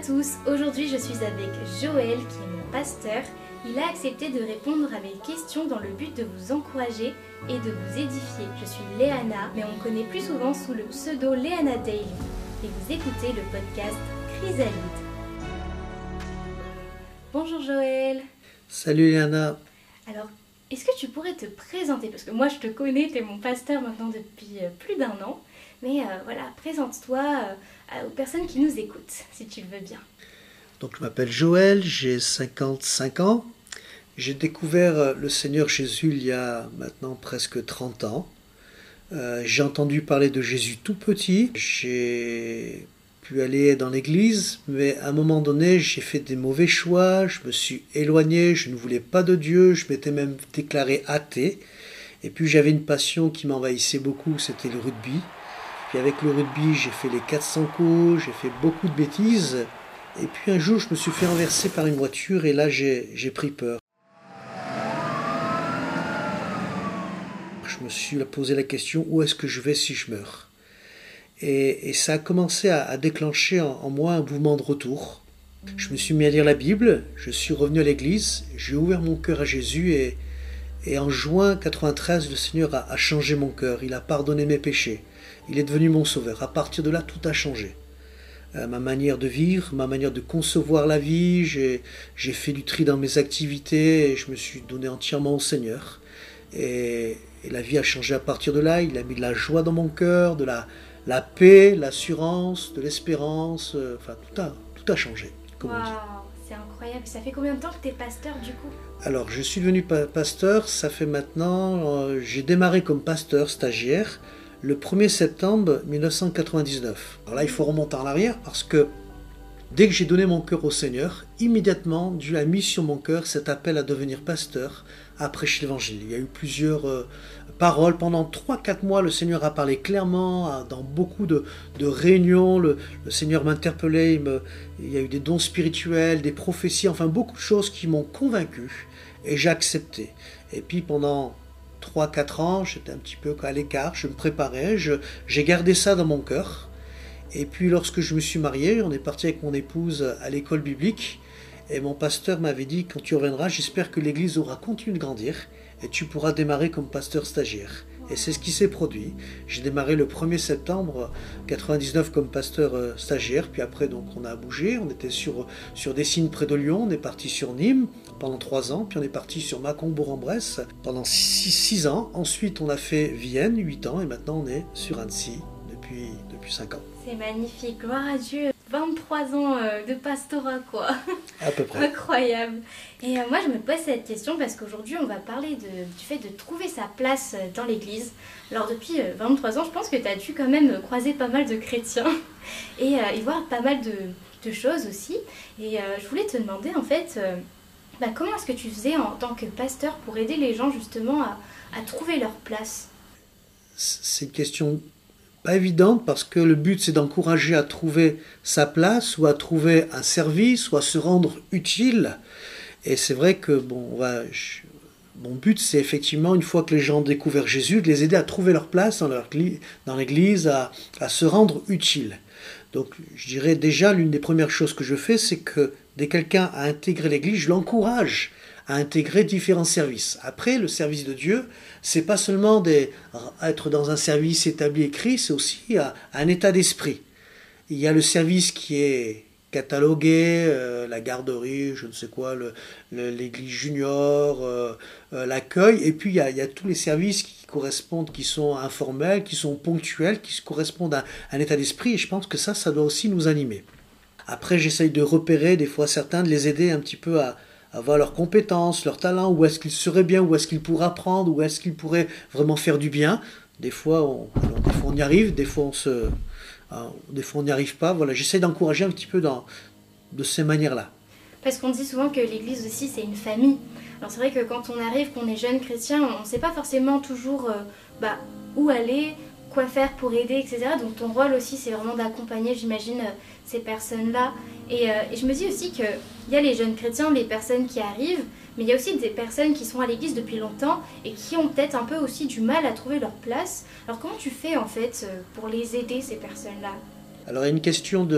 tous, aujourd'hui je suis avec Joël qui est mon pasteur. Il a accepté de répondre à mes questions dans le but de vous encourager et de vous édifier. Je suis Léana, mais on me connaît plus souvent sous le pseudo Léana Daily. Et vous écoutez le podcast Chrysalide. Bonjour Joël. Salut Léana. Alors, est-ce que tu pourrais te présenter? Parce que moi je te connais, tu es mon pasteur maintenant depuis plus d'un an. Mais voilà, présente-toi aux personnes qui nous écoutent, si tu le veux bien. Donc je m'appelle Joël, j'ai 55 ans. J'ai découvert le Seigneur Jésus il y a maintenant presque 30 ans. J'ai entendu parler de Jésus tout petit. J'ai pu aller dans l'église, mais à un moment donné, j'ai fait des mauvais choix. Je me suis éloigné, je ne voulais pas de Dieu, je m'étais même déclaré athée. Et puis j'avais une passion qui m'envahissait beaucoup, c'était le rugby. Puis avec le rugby, j'ai fait les 400 coups, j'ai fait beaucoup de bêtises. Et puis un jour, je me suis fait renverser par une voiture et là, j'ai pris peur. Je me suis posé la question, où est-ce que je vais si je meurs? Et ça a commencé à déclencher en moi un mouvement de retour. Je me suis mis à lire la Bible, je suis revenu à l'église, j'ai ouvert mon cœur à Jésus et en juin 93, le Seigneur a changé mon cœur, il a pardonné mes péchés. Il est devenu mon sauveur. À partir de là, tout a changé. Ma manière de vivre, ma manière de concevoir la vie, j'ai fait du tri dans mes activités et je me suis donné entièrement au Seigneur. Et la vie a changé à partir de là. Il a mis de la joie dans mon cœur, de la paix, l'assurance, de l'espérance. Enfin, tout a changé, comme on dit. C'est incroyable. Ça fait combien de temps que tu es pasteur du coup? Alors, je suis devenu pasteur, ça fait maintenant... j'ai démarré comme pasteur stagiaire le 1er septembre 1999. Alors là, il faut remonter en arrière parce que dès que j'ai donné mon cœur au Seigneur, immédiatement, Dieu a mis sur mon cœur cet appel à devenir pasteur, à prêcher l'Évangile. Il y a eu plusieurs paroles. Pendant 3-4 mois, le Seigneur a parlé clairement dans beaucoup de réunions. Le Seigneur m'interpellait, il y a eu des dons spirituels, des prophéties, enfin beaucoup de choses qui m'ont convaincu et j'ai accepté. Et puis pendant 3-4 ans, j'étais un petit peu à l'écart, je me préparais, j'ai gardé ça dans mon cœur. Et puis lorsque je me suis marié, on est parti avec mon épouse à l'école biblique, et mon pasteur m'avait dit, quand tu reviendras, j'espère que l'église aura continué de grandir, et tu pourras démarrer comme pasteur stagiaire. Et c'est ce qui s'est produit. J'ai démarré le 1er septembre 1999 comme pasteur stagiaire, puis après donc on a bougé, on était sur des signes près de Lyon, on est parti sur Nîmes pendant 3 ans, puis on est parti sur Mâcon, Bourg-en-Bresse pendant 6 ans. Ensuite on a fait Vienne, 8 ans, et maintenant on est sur Annecy depuis 5 ans. C'est magnifique, gloire à Dieu. 23 ans de pastorat, quoi. À peu près. Incroyable. Et moi, je me pose cette question parce qu'aujourd'hui, on va parler du fait de trouver sa place dans l'église. Alors, depuis 23 ans, je pense que tu as dû quand même croiser pas mal de chrétiens et voir pas mal de choses aussi. Et je voulais te demander, en fait, comment est-ce que tu faisais en tant que pasteur pour aider les gens, justement, à trouver leur place? C'est une question pas évidente parce que le but c'est d'encourager à trouver sa place ou à trouver un service ou à se rendre utile. Et c'est vrai que mon but c'est effectivement, une fois que les gens ont découvert Jésus, de les aider à trouver leur place dans l'église, à se rendre utile. Donc je dirais déjà l'une des premières choses que je fais, c'est que dès que quelqu'un a intégré l'église, je l'encourage à intégrer différents services. Après, le service de Dieu, c'est pas seulement être dans un service établi écrit, c'est aussi un état d'esprit. Il y a le service qui est catalogué, la garderie, je ne sais quoi, l'église junior, l'accueil, et puis il y a tous les services qui correspondent, qui sont informels, qui sont ponctuels, qui correspondent à un état d'esprit, et je pense que ça doit aussi nous animer. Après, j'essaye de repérer des fois certains, de les aider un petit peu à voir leurs compétences, leurs talents, où est-ce qu'ils seraient bien, où est-ce qu'ils pourraient apprendre, où est-ce qu'ils pourraient vraiment faire du bien. Des fois, on y arrive, des fois on n'y arrive pas. Voilà, j'essaie d'encourager un petit peu de ces manières-là. Parce qu'on dit souvent que l'église aussi, c'est une famille. Alors c'est vrai que quand on arrive, qu'on est jeune chrétien, on ne sait pas forcément toujours où aller, quoi faire pour aider, etc. Donc ton rôle aussi, c'est vraiment d'accompagner, j'imagine, ces personnes-là. Et je me dis aussi qu'il y a les jeunes chrétiens, les personnes qui arrivent, mais il y a aussi des personnes qui sont à l'église depuis longtemps et qui ont peut-être un peu aussi du mal à trouver leur place. Alors comment tu fais en fait pour les aider, ces personnes-là? Alors il y a une question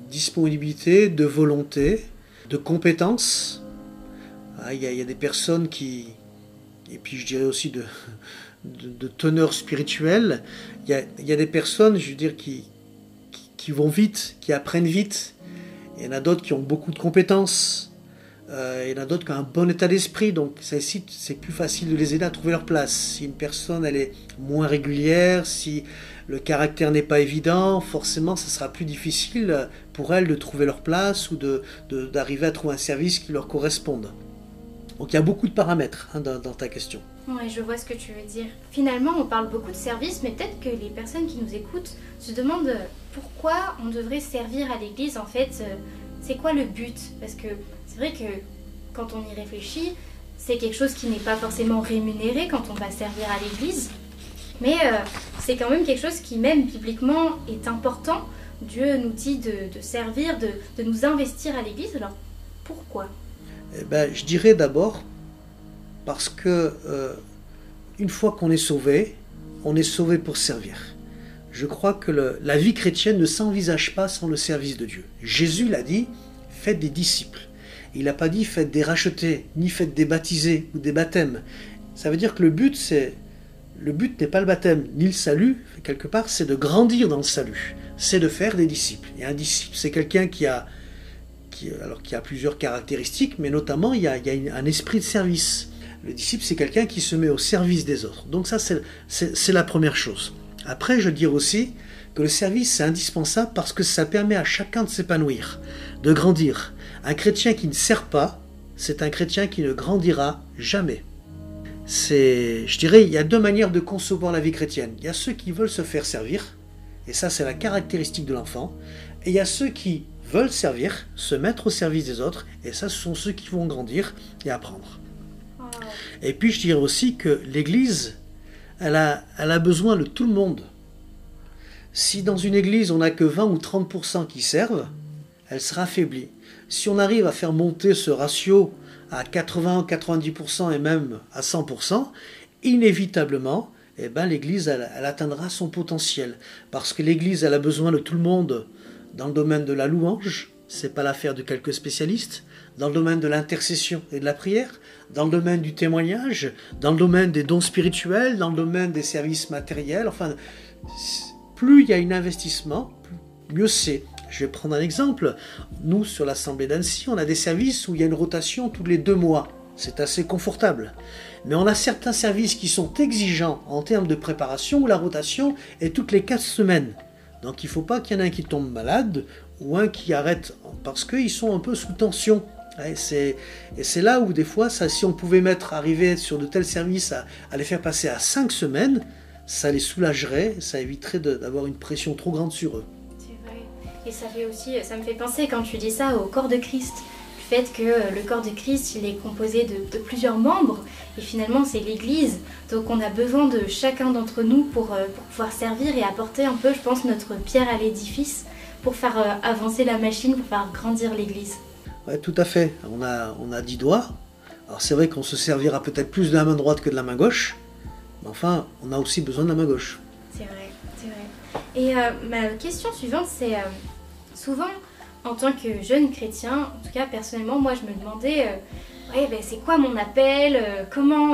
disponibilité, de volonté, de compétences. Il y a des personnes qui, et puis je dirais aussi de teneur spirituelle, il y a des personnes, je veux dire, qui vont vite, qui apprennent vite. Il y en a d'autres qui ont beaucoup de compétences. Il y en a d'autres qui ont un bon état d'esprit, donc c'est plus facile de les aider à trouver leur place. Si une personne elle est moins régulière, si le caractère n'est pas évident, forcément ça sera plus difficile pour elles de trouver leur place ou d'arriver à trouver un service qui leur corresponde. Donc il y a beaucoup de paramètres dans ta question. Oui, je vois ce que tu veux dire. Finalement, on parle beaucoup de service, mais peut-être que les personnes qui nous écoutent se demandent pourquoi on devrait servir à l'église. En fait, c'est quoi le but? Parce que c'est vrai que quand on y réfléchit, c'est quelque chose qui n'est pas forcément rémunéré quand on va servir à l'église. Mais c'est quand même quelque chose qui, même bibliquement, est important. Dieu nous dit de servir, de nous investir à l'église. Alors, pourquoi? Je dirais d'abord parce que une fois qu'on est sauvé, on est sauvé pour servir. Je crois que la vie chrétienne ne s'envisage pas sans le service de Dieu. Jésus l'a dit, faites des disciples. Il n'a pas dit faites des rachetés, ni faites des baptisés ou des baptêmes. Ça veut dire que le but n'est pas le baptême, ni le salut, quelque part, c'est de grandir dans le salut. C'est de faire des disciples. Et un disciple, c'est quelqu'un qui a plusieurs caractéristiques, mais notamment il y a un esprit de service. Le disciple, c'est quelqu'un qui se met au service des autres. Donc ça, c'est la première chose. Après, je dirais aussi que le service, c'est indispensable parce que ça permet à chacun de s'épanouir, de grandir. Un chrétien qui ne sert pas, c'est un chrétien qui ne grandira jamais. Je dirais, il y a deux manières de concevoir la vie chrétienne. Il y a ceux qui veulent se faire servir, et ça, c'est la caractéristique de l'enfant. Et il y a ceux qui veulent servir, se mettre au service des autres, et ça, ce sont ceux qui vont grandir et apprendre. Et puis, je dirais aussi que l'Église, elle a besoin de tout le monde. Si dans une Église, on n'a que 20 ou 30% qui servent, elle sera affaiblie. Si on arrive à faire monter ce ratio à 80, 90% et même à 100%, inévitablement, l'Église, elle atteindra son potentiel. Parce que l'Église, elle a besoin de tout le monde dans le domaine de la louange, c'est pas l'affaire de quelques spécialistes, dans le domaine de l'intercession et de la prière, dans le domaine du témoignage, dans le domaine des dons spirituels, dans le domaine des services matériels. Enfin, plus il y a un investissement, mieux c'est. Je vais prendre un exemple. Nous, sur l'Assemblée d'Annecy, on a des services où il y a une rotation tous les 2 mois. C'est assez confortable. Mais on a certains services qui sont exigeants en termes de préparation où la rotation est toutes les 4 semaines. Donc il ne faut pas qu'il y en ait un qui tombe malade ou un qui arrête parce qu'ils sont un peu sous tension. Et c'est là où des fois, si on pouvait arriver sur de tels services à les faire passer à 5 semaines, ça les soulagerait, ça éviterait d'avoir une pression trop grande sur eux. C'est vrai. Et ça me fait penser quand tu dis ça au corps de Christ. Le fait que le corps de Christ, il est composé de plusieurs membres et finalement c'est l'Église. Donc on a besoin de chacun d'entre nous pour pouvoir servir et apporter un peu, je pense, notre pierre à l'édifice pour faire avancer la machine, pour faire grandir l'Église. Oui, tout à fait. On a 10 doigts. Alors c'est vrai qu'on se servira peut-être plus de la main droite que de la main gauche, mais enfin, on a aussi besoin de la main gauche. C'est vrai, c'est vrai. Et ma question suivante, c'est souvent, en tant que jeune chrétien, en tout cas personnellement, moi je me demandais, c'est quoi mon appel, comment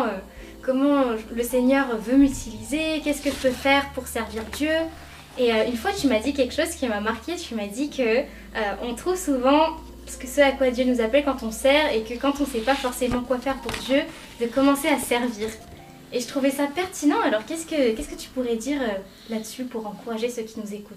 le Seigneur veut m'utiliser, qu'est-ce que je peux faire pour servir Dieu. Et une fois tu m'as dit quelque chose qui m'a marqué, tu m'as dit que on trouve souvent ce à quoi Dieu nous appelle quand on sert et que quand on ne sait pas forcément quoi faire pour Dieu, de commencer à servir. Et je trouvais ça pertinent, alors qu'est-ce que tu pourrais dire là-dessus pour encourager ceux qui nous écoutent ?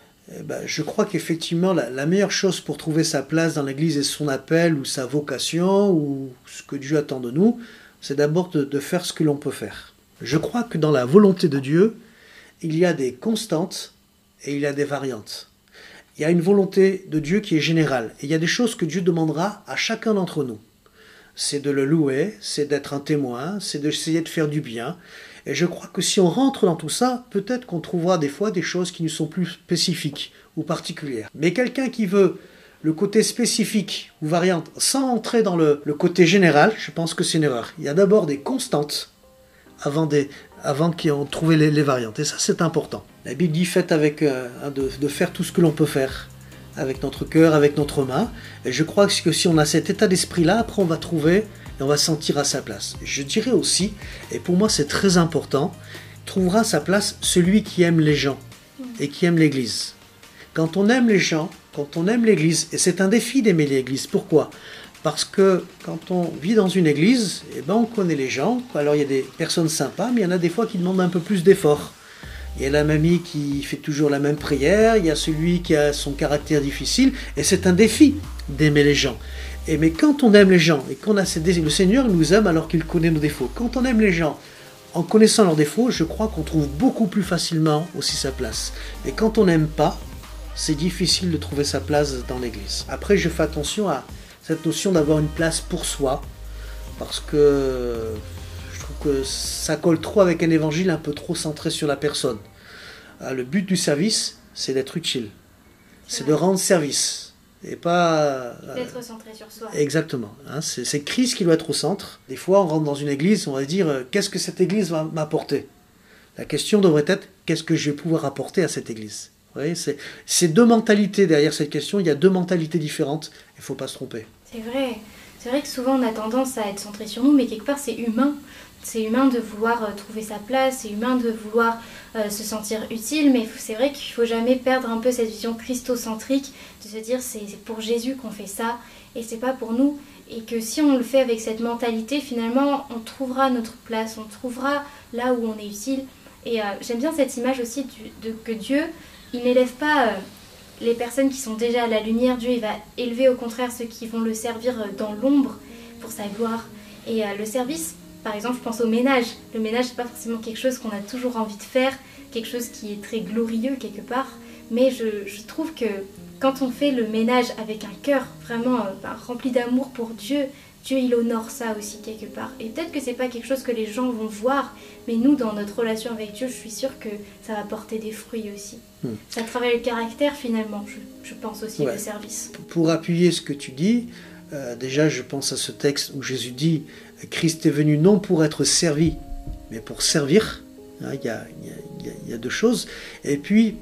Je crois qu'effectivement, la meilleure chose pour trouver sa place dans l'Église et son appel ou sa vocation ou ce que Dieu attend de nous, c'est d'abord de faire ce que l'on peut faire. Je crois que dans la volonté de Dieu, il y a des constantes et il y a des variantes. Il y a une volonté de Dieu qui est générale et il y a des choses que Dieu demandera à chacun d'entre nous. C'est de le louer, c'est d'être un témoin, c'est d'essayer de faire du bien. Et je crois que si on rentre dans tout ça, peut-être qu'on trouvera des fois des choses qui nous sont plus spécifiques ou particulières. Mais quelqu'un qui veut le côté spécifique ou variante sans entrer dans le côté général, je pense que c'est une erreur. Il y a d'abord des constantes avant qu'ils ont trouvé les variantes. Et ça, c'est important. La Bible dit faites de faire tout ce que l'on peut faire. avec notre cœur, avec notre main. Et je crois que si on a cet état d'esprit-là, après on va trouver et on va se sentir à sa place. Je dirais aussi, et pour moi c'est très important, trouvera à sa place celui qui aime les gens et qui aime l'Église. Quand on aime les gens, quand on aime l'Église, et c'est un défi d'aimer l'Église, pourquoi ? Parce que quand on vit dans une église, eh ben on connaît les gens. Alors il y a des personnes sympas, mais il y en a des fois qui demandent un peu plus d'efforts. Il y a la mamie qui fait toujours la même prière, il y a celui qui a son caractère difficile, et c'est un défi d'aimer les gens. Mais quand on aime les gens, et qu'on a ces désirs, le Seigneur nous aime alors qu'il connaît nos défauts. Quand on aime les gens, en connaissant leurs défauts, je crois qu'on trouve beaucoup plus facilement aussi sa place. Et quand on n'aime pas, c'est difficile de trouver sa place dans l'église. Après, je fais attention à cette notion d'avoir une place pour soi, parce que je trouve que ça colle trop avec un évangile un peu trop centré sur la personne. Le but du service, c'est d'être utile, c'est de rendre service, et pas... D'être centré sur soi. Exactement, c'est Christ qui doit être au centre. Des fois, on rentre dans une église, on va se dire, qu'est-ce que cette église va m'apporter ? La question devrait être, qu'est-ce que je vais pouvoir apporter à cette église ? Vous voyez, c'est deux mentalités derrière cette question, il y a deux mentalités différentes, il ne faut pas se tromper. C'est vrai que souvent on a tendance à être centré sur nous, mais quelque part c'est humain. C'est humain de vouloir trouver sa place, c'est humain de vouloir se sentir utile, mais c'est vrai qu'il ne faut jamais perdre un peu cette vision christocentrique, de se dire c'est pour Jésus qu'on fait ça, et c'est pas pour nous. Et que si on le fait avec cette mentalité, finalement on trouvera notre place, on trouvera là où on est utile. Et j'aime bien cette image aussi que Dieu... Il n'élève pas les personnes qui sont déjà à la lumière. Dieu, il va élever au contraire ceux qui vont le servir dans l'ombre pour sa gloire. Et le service, par exemple, je pense au ménage. Le ménage, c'est pas forcément quelque chose qu'on a toujours envie de faire, quelque chose qui est très glorieux quelque part. Mais je trouve que quand on fait le ménage avec un cœur vraiment rempli d'amour pour Dieu, Dieu, il honore ça aussi quelque part. Et peut-être que c'est pas quelque chose que les gens vont voir, mais nous, dans notre relation avec Dieu, je suis sûre que ça va porter des fruits aussi. Ça travaille le caractère finalement, je pense aussi, le service. Pour appuyer ce que tu dis, déjà je pense à ce texte où Jésus dit « Christ est venu non pour être servi, mais pour servir ». Il y a deux choses. Et puis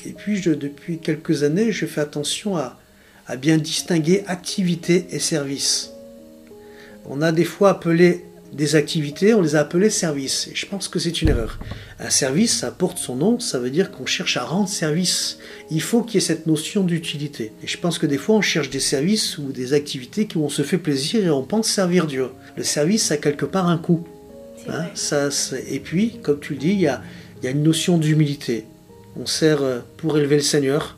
depuis quelques années, je fais attention à bien distinguer activité et service. On a des fois appelé des activités, on les a appelées services. Et je pense que c'est une erreur. Un service, ça porte son nom, ça veut dire qu'on cherche à rendre service. Il faut qu'il y ait cette notion d'utilité. Et je pense que des fois, on cherche des services ou des activités où on se fait plaisir et on pense servir Dieu. Le service a quelque part un coût. Et puis, comme tu le dis, il y a une notion d'humilité. On sert pour élever le Seigneur.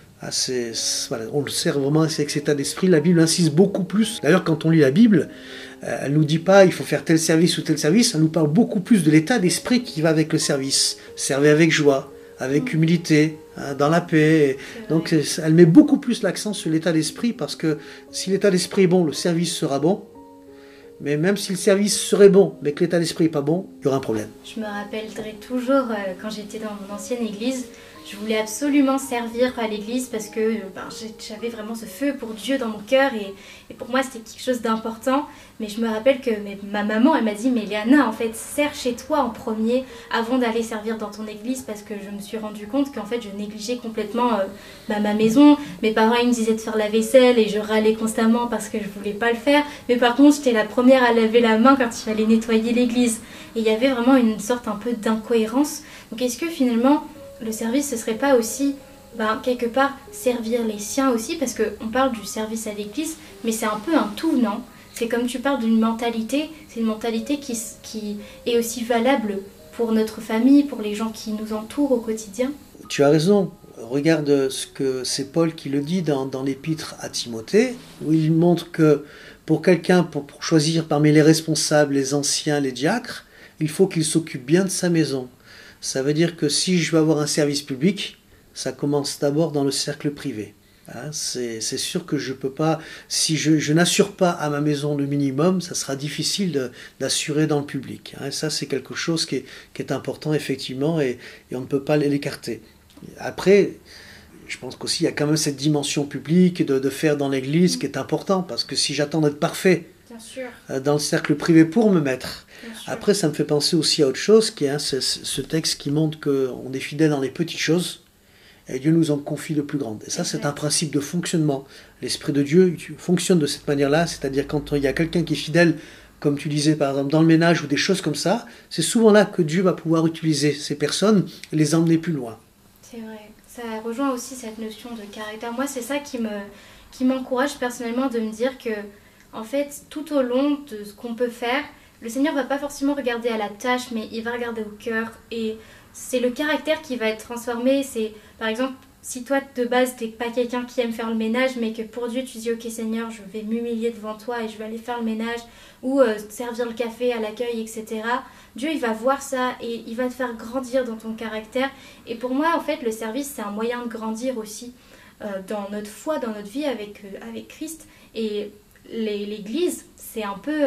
On le sert vraiment avec cet état d'esprit. La Bible insiste beaucoup plus. D'ailleurs, quand on lit la Bible, elle ne nous dit pas il faut faire tel service ou tel service. Elle nous parle beaucoup plus de l'état d'esprit qui va avec le service. Servez avec joie, avec humilité, dans la paix. Donc, elle met beaucoup plus l'accent sur l'état d'esprit parce que si l'état d'esprit est bon, le service sera bon. Mais même si le service serait bon, mais que l'état d'esprit n'est pas bon, il y aura un problème. Je me rappellerai toujours quand j'étais dans mon ancienne église, je voulais absolument servir à l'église parce que j'avais vraiment ce feu pour Dieu dans mon cœur et pour moi c'était quelque chose d'important. Mais je me rappelle que ma maman, elle m'a dit « Mais Léana, en fait, sers chez toi en premier avant d'aller servir dans ton église » parce que je me suis rendu compte qu'en fait je négligeais complètement ma maison. Mes parents ils me disaient de faire la vaisselle et je râlais constamment parce que je voulais pas le faire. Mais par contre, j'étais la première à laver la main quand il fallait nettoyer l'église. Et il y avait vraiment une sorte un peu d'incohérence. Donc est-ce que finalement le service ce serait pas aussi quelque part servir les siens aussi, parce qu'on parle du service à l'église, mais c'est un peu un tout, non ? C'est comme tu parles d'une mentalité, c'est une mentalité qui est aussi valable pour notre famille, pour les gens qui nous entourent au quotidien. Tu as raison. Regarde ce que c'est Paul qui le dit dans l'épître à Timothée, où il montre que pour quelqu'un, pour choisir parmi les responsables, les anciens, les diacres, il faut qu'il s'occupe bien de sa maison. Ça veut dire que si je veux avoir un service public, ça commence d'abord dans le cercle privé. C'est sûr que je peux pas, si je n'assure pas à ma maison le minimum, ça sera difficile d'assurer dans le public. Ça, c'est quelque chose qui est important, effectivement, et on ne peut pas l'écarter. Après, je pense qu'aussi, il y a quand même cette dimension publique de faire dans l'église qui est important, parce que si j'attends d'être parfait dans le cercle privé pour me mettre, après, ça me fait penser aussi à autre chose, qui est ce texte qui montre qu'on est fidèle dans les petites choses, et Dieu nous en confie de plus grandes. Et ça, c'est un principe de fonctionnement. L'Esprit de Dieu fonctionne de cette manière-là, c'est-à-dire quand il y a quelqu'un qui est fidèle, comme tu disais par exemple dans le ménage ou des choses comme ça, c'est souvent là que Dieu va pouvoir utiliser ces personnes et les emmener plus loin. C'est vrai. Ça rejoint aussi cette notion de caractère. Moi, c'est ça qui m'encourage personnellement de me dire que, en fait, tout au long de ce qu'on peut faire, le Seigneur va pas forcément regarder à la tâche, mais il va regarder au cœur. Et c'est le caractère qui va être transformé. C'est, par exemple, si toi, de base, t'es pas quelqu'un qui aime faire le ménage, mais que pour Dieu, tu dis « Ok Seigneur, je vais m'humilier devant toi et je vais aller faire le ménage, ou servir le café à l'accueil, etc. » Dieu, il va voir ça et il va te faire grandir dans ton caractère. Et pour moi, en fait, le service, c'est un moyen de grandir aussi dans notre foi, dans notre vie avec Christ. Et l'Église, c'est un peu,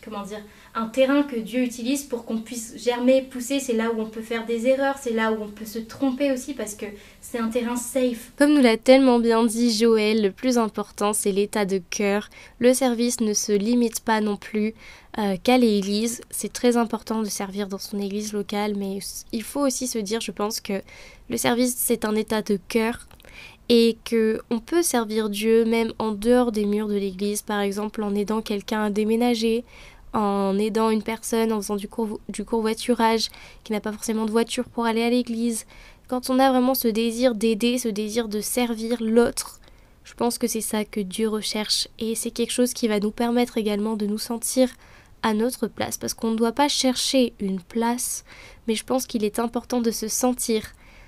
un terrain que Dieu utilise pour qu'on puisse germer, pousser. C'est là où on peut faire des erreurs, c'est là où on peut se tromper aussi parce que c'est un terrain safe. Comme nous l'a tellement bien dit Joël, le plus important c'est l'état de cœur. Le service ne se limite pas non plus qu'à l'église. C'est très important de servir dans son église locale, mais il faut aussi se dire, je pense, que le service c'est un état de cœur. Et qu'on peut servir Dieu même en dehors des murs de l'église, par exemple en aidant quelqu'un à déménager, en aidant une personne en faisant du covoiturage, qui n'a pas forcément de voiture pour aller à l'église. Quand on a vraiment ce désir d'aider, ce désir de servir l'autre, je pense que c'est ça que Dieu recherche. Et c'est quelque chose qui va nous permettre également de nous sentir à notre place, parce qu'on ne doit pas chercher une place, mais je pense qu'il est important de se sentir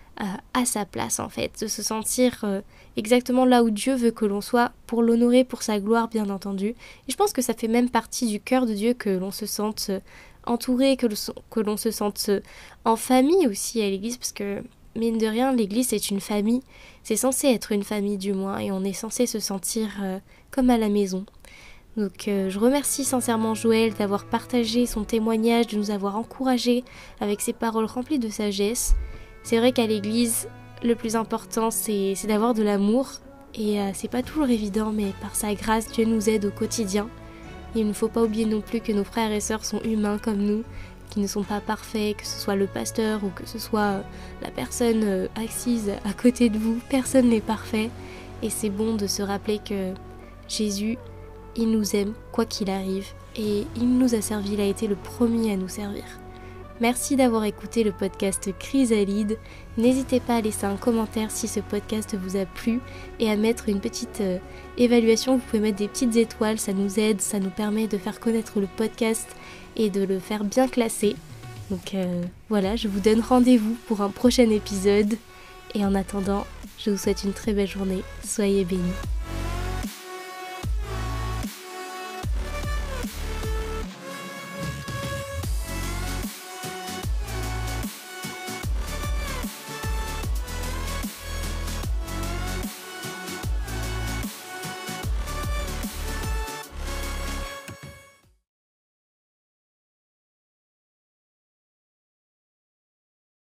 à sa place en fait, de se sentir exactement là où Dieu veut que l'on soit, pour l'honorer, pour sa gloire bien entendu. Et je pense que ça fait même partie du cœur de Dieu que l'on se sente entouré, que l'on se sente en famille aussi à l'église, parce que mine de rien l'église c'est une famille, c'est censé être une famille du moins, et on est censé se sentir comme à la maison. Donc je remercie sincèrement Joël d'avoir partagé son témoignage, de nous avoir encouragés avec ses paroles remplies de sagesse. C'est vrai qu'à l'église, le plus important, c'est d'avoir de l'amour. Et c'est pas toujours évident, mais par sa grâce, Dieu nous aide au quotidien. Et il ne faut pas oublier non plus que nos frères et sœurs sont humains comme nous, qui ne sont pas parfaits, que ce soit le pasteur ou que ce soit la personne assise à côté de vous. Personne n'est parfait. Et c'est bon de se rappeler que Jésus, il nous aime, quoi qu'il arrive. Et il nous a servi, il a été le premier à nous servir. Merci d'avoir écouté le podcast Chrysalide. N'hésitez pas à laisser un commentaire si ce podcast vous a plu et à mettre une petite évaluation. Vous pouvez mettre des petites étoiles, ça nous aide, ça nous permet de faire connaître le podcast et de le faire bien classer. Donc voilà, je vous donne rendez-vous pour un prochain épisode. Et en attendant, je vous souhaite une très belle journée. Soyez bénis.